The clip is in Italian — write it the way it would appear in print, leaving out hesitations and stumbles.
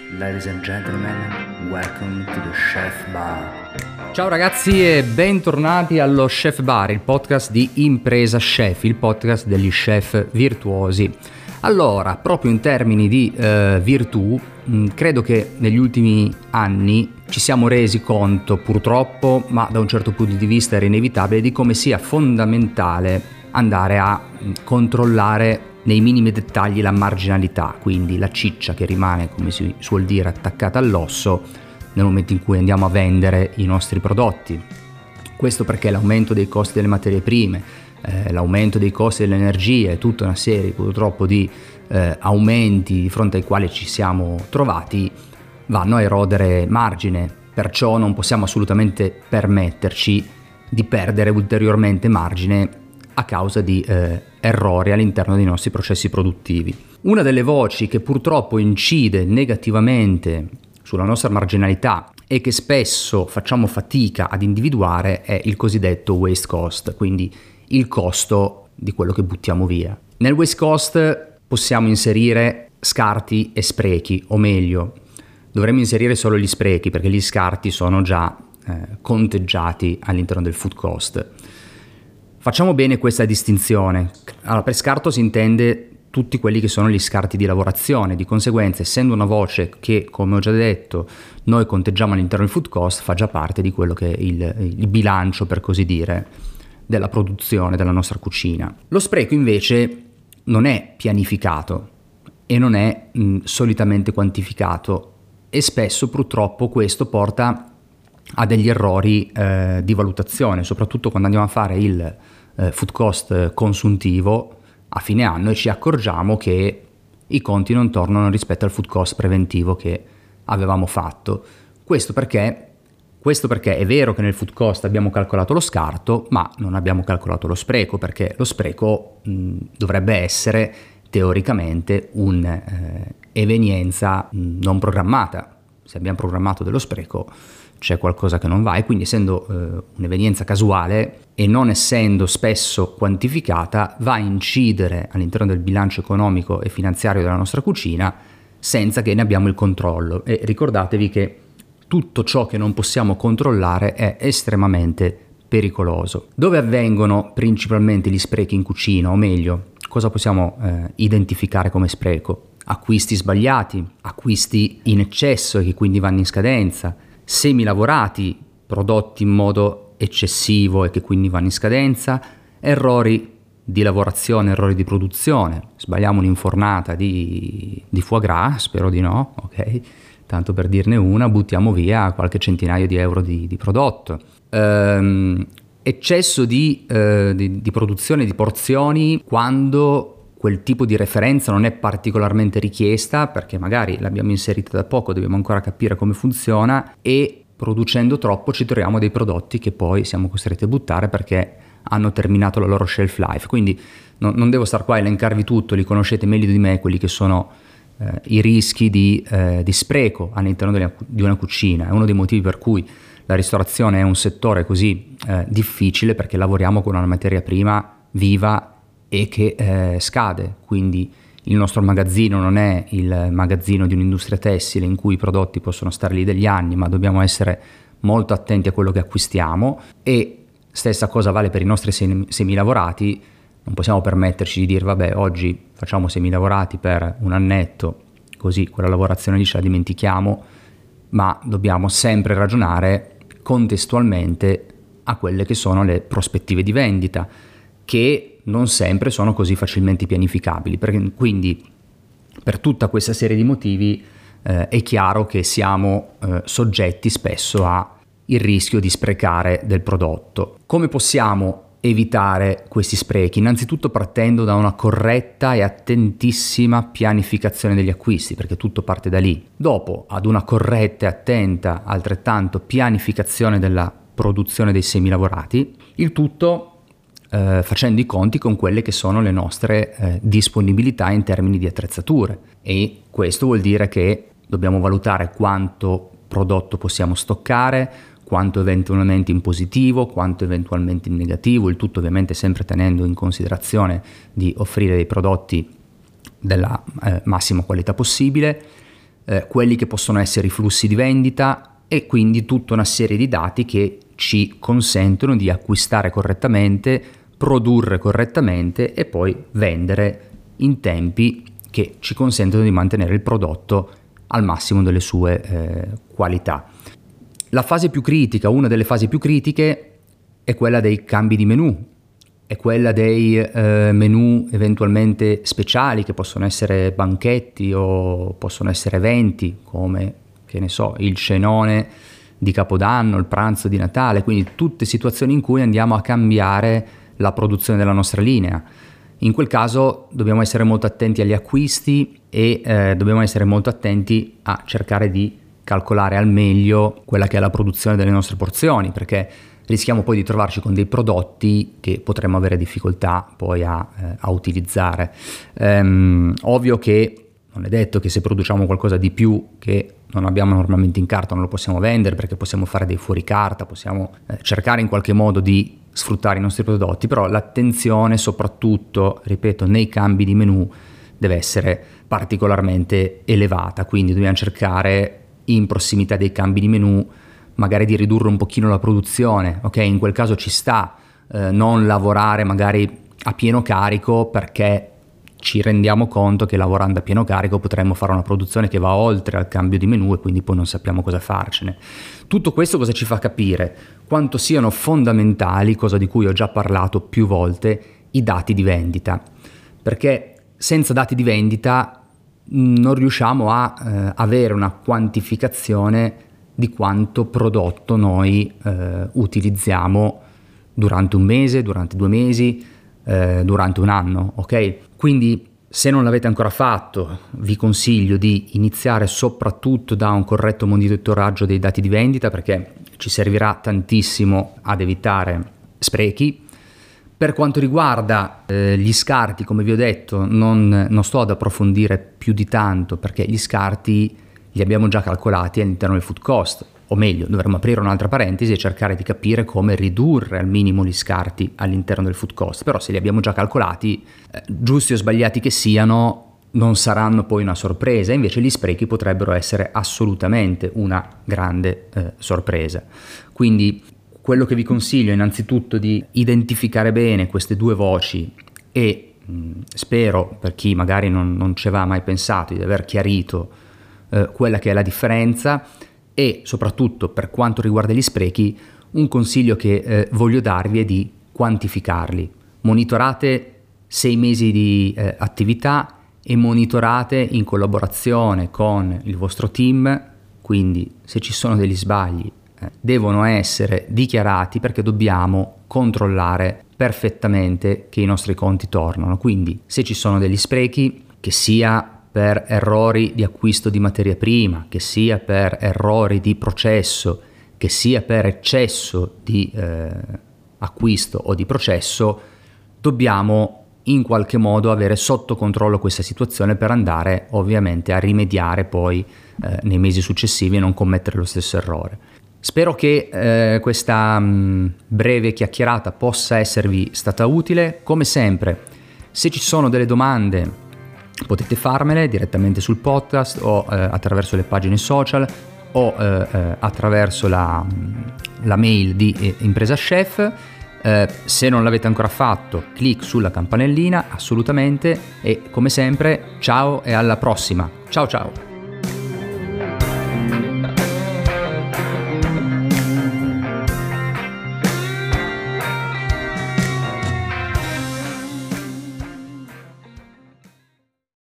Ladies and gentlemen, welcome to the Chef Bar. Ciao ragazzi e bentornati allo Chef Bar, il podcast di Impresa Chef, il podcast degli chef virtuosi. Allora, proprio in termini di virtù, credo che negli ultimi anni ci siamo resi conto, purtroppo, ma da un certo punto di vista era inevitabile, di come sia fondamentale andare a controllare nei minimi dettagli la marginalità, quindi la ciccia che rimane, come si suol dire, attaccata all'osso nel momento in cui andiamo a vendere i nostri prodotti. Questo perché l'aumento dei costi delle materie prime, l'aumento dei costi dell'energia e tutta una serie purtroppo di aumenti di fronte ai quali ci siamo trovati vanno a erodere margine, perciò non possiamo assolutamente permetterci di perdere ulteriormente margine a causa di errori all'interno dei nostri processi produttivi. Una delle voci che purtroppo incide negativamente sulla nostra marginalità e che spesso facciamo fatica ad individuare è il cosiddetto waste cost, quindi il costo di quello che buttiamo via. Nel waste cost possiamo inserire scarti e sprechi, o meglio, dovremmo inserire solo gli sprechi perché gli scarti sono già conteggiati all'interno del food cost. Facciamo bene questa distinzione. Allora, per scarto si intende tutti quelli che sono gli scarti di lavorazione, di conseguenza, essendo una voce che, come ho già detto, noi conteggiamo all'interno del food cost, fa già parte di quello che è il bilancio, per così dire, della produzione della nostra cucina. Lo spreco invece non è pianificato e non è solitamente quantificato e spesso purtroppo questo porta a degli errori di valutazione, soprattutto quando andiamo a fare il food cost consuntivo a fine anno e ci accorgiamo che i conti non tornano rispetto al food cost preventivo che avevamo fatto. Questo perché è vero che nel food cost abbiamo calcolato lo scarto, ma non abbiamo calcolato lo spreco, perché lo spreco dovrebbe essere teoricamente un'evenienza non programmata. Se abbiamo programmato dello spreco c'è qualcosa che non va, e quindi essendo un'evenienza casuale e non essendo spesso quantificata va a incidere all'interno del bilancio economico e finanziario della nostra cucina senza che ne abbiamo il controllo. E ricordatevi che tutto ciò che non possiamo controllare è estremamente pericoloso. Dove avvengono principalmente gli sprechi in cucina, o meglio, cosa possiamo identificare come spreco? Acquisti sbagliati, acquisti in eccesso e che quindi vanno in scadenza, semilavorati prodotti in modo eccessivo e che quindi vanno in scadenza, errori di lavorazione, errori di produzione. Sbagliamo un'infornata di foie gras, spero di no, ok? Tanto per dirne una, buttiamo via qualche centinaio di euro di prodotto. Eccesso di produzione di porzioni quando quel tipo di referenza non è particolarmente richiesta, perché magari l'abbiamo inserita da poco, dobbiamo ancora capire come funziona, e producendo troppo ci troviamo dei prodotti che poi siamo costretti a buttare perché hanno terminato la loro shelf life. Quindi non devo star qua a elencarvi tutto, li conoscete meglio di me quelli che sono i rischi di spreco all'interno di una cucina. È uno dei motivi per cui la ristorazione è un settore così difficile, perché lavoriamo con una materia prima viva e che scade, quindi il nostro magazzino non è il magazzino di un'industria tessile in cui i prodotti possono stare lì degli anni, ma dobbiamo essere molto attenti a quello che acquistiamo. E stessa cosa vale per i nostri semilavorati. Non possiamo permetterci di dire vabbè, oggi facciamo semilavorati per un annetto, così quella lavorazione lì ce la dimentichiamo, ma dobbiamo sempre ragionare contestualmente a quelle che sono le prospettive di vendita, che non sempre sono così facilmente pianificabili. Quindi per tutta questa serie di motivi è chiaro che siamo soggetti spesso al rischio di sprecare del prodotto. Come possiamo evitare questi sprechi? Innanzitutto partendo da una corretta e attentissima pianificazione degli acquisti, perché tutto parte da lì. Dopo, ad una corretta e attenta altrettanto pianificazione della produzione dei semilavorati, il tutto facendo i conti con quelle che sono le nostre disponibilità in termini di attrezzature. E questo vuol dire che dobbiamo valutare quanto prodotto possiamo stoccare, quanto eventualmente in positivo, quanto eventualmente in negativo, il tutto ovviamente sempre tenendo in considerazione di offrire dei prodotti della massima qualità possibile. quelli che possono essere i flussi di vendita e quindi tutta una serie di dati che ci consentono di acquistare correttamente, produrre correttamente e poi vendere in tempi che ci consentono di mantenere il prodotto al massimo delle sue qualità. La fase più critica, una delle fasi più critiche, è quella dei cambi di menu, è quella dei menu eventualmente speciali che possono essere banchetti o possono essere eventi come, che ne so, il cenone di Capodanno, il pranzo di Natale, quindi tutte situazioni in cui andiamo a cambiare la produzione della nostra linea. In quel caso dobbiamo essere molto attenti agli acquisti e dobbiamo essere molto attenti a cercare di calcolare al meglio quella che è la produzione delle nostre porzioni, perché rischiamo poi di trovarci con dei prodotti che potremmo avere difficoltà poi a utilizzare. Ovvio che non è detto che se produciamo qualcosa di più che non abbiamo normalmente in carta non lo possiamo vendere, perché possiamo fare dei fuori carta, possiamo cercare in qualche modo di sfruttare i nostri prodotti, però l'attenzione soprattutto, ripeto, nei cambi di menu deve essere particolarmente elevata, quindi dobbiamo cercare in prossimità dei cambi di menu magari di ridurre un pochino la produzione, ok? In quel caso ci sta non lavorare magari a pieno carico, perché ci rendiamo conto che lavorando a pieno carico potremmo fare una produzione che va oltre al cambio di menu e quindi poi non sappiamo cosa farcene. Tutto questo cosa ci fa capire? Quanto siano fondamentali, cosa di cui ho già parlato più volte, i dati di vendita, perché senza dati di vendita non riusciamo a avere una quantificazione di quanto prodotto noi utilizziamo durante un mese, durante 2 mesi, durante un anno, ok? Quindi se non l'avete ancora fatto, vi consiglio di iniziare soprattutto da un corretto monitoraggio dei dati di vendita, perché ci servirà tantissimo ad evitare sprechi. Per quanto riguarda gli scarti, come vi ho detto, non sto ad approfondire più di tanto, perché gli scarti li abbiamo già calcolati all'interno del food cost, o meglio, dovremmo aprire un'altra parentesi e cercare di capire come ridurre al minimo gli scarti all'interno del food cost. Però se li abbiamo già calcolati, giusti o sbagliati che siano, non saranno poi una sorpresa, invece gli sprechi potrebbero essere assolutamente una grande sorpresa. Quindi quello che vi consiglio è innanzitutto di identificare bene queste due voci e spero, per chi magari non ci aveva mai pensato, di aver chiarito quella che è la differenza. E soprattutto per quanto riguarda gli sprechi, un consiglio che voglio darvi è di quantificarli. Monitorate 6 mesi di attività e monitorate in collaborazione con il vostro team, quindi se ci sono degli sbagli devono essere dichiarati, perché dobbiamo controllare perfettamente che i nostri conti tornano. Quindi se ci sono degli sprechi, che sia per errori di acquisto di materia prima, che sia per errori di processo, che sia per eccesso di acquisto o di processo, dobbiamo in qualche modo avere sotto controllo questa situazione per andare ovviamente a rimediare poi nei mesi successivi e non commettere lo stesso errore. Spero che questa breve chiacchierata possa esservi stata utile. Come sempre, se ci sono delle domande potete farmele direttamente sul podcast o attraverso le pagine social o attraverso la mail di Impresa Chef. Se non l'avete ancora fatto, clic sulla campanellina assolutamente, e come sempre ciao e alla prossima. Ciao ciao.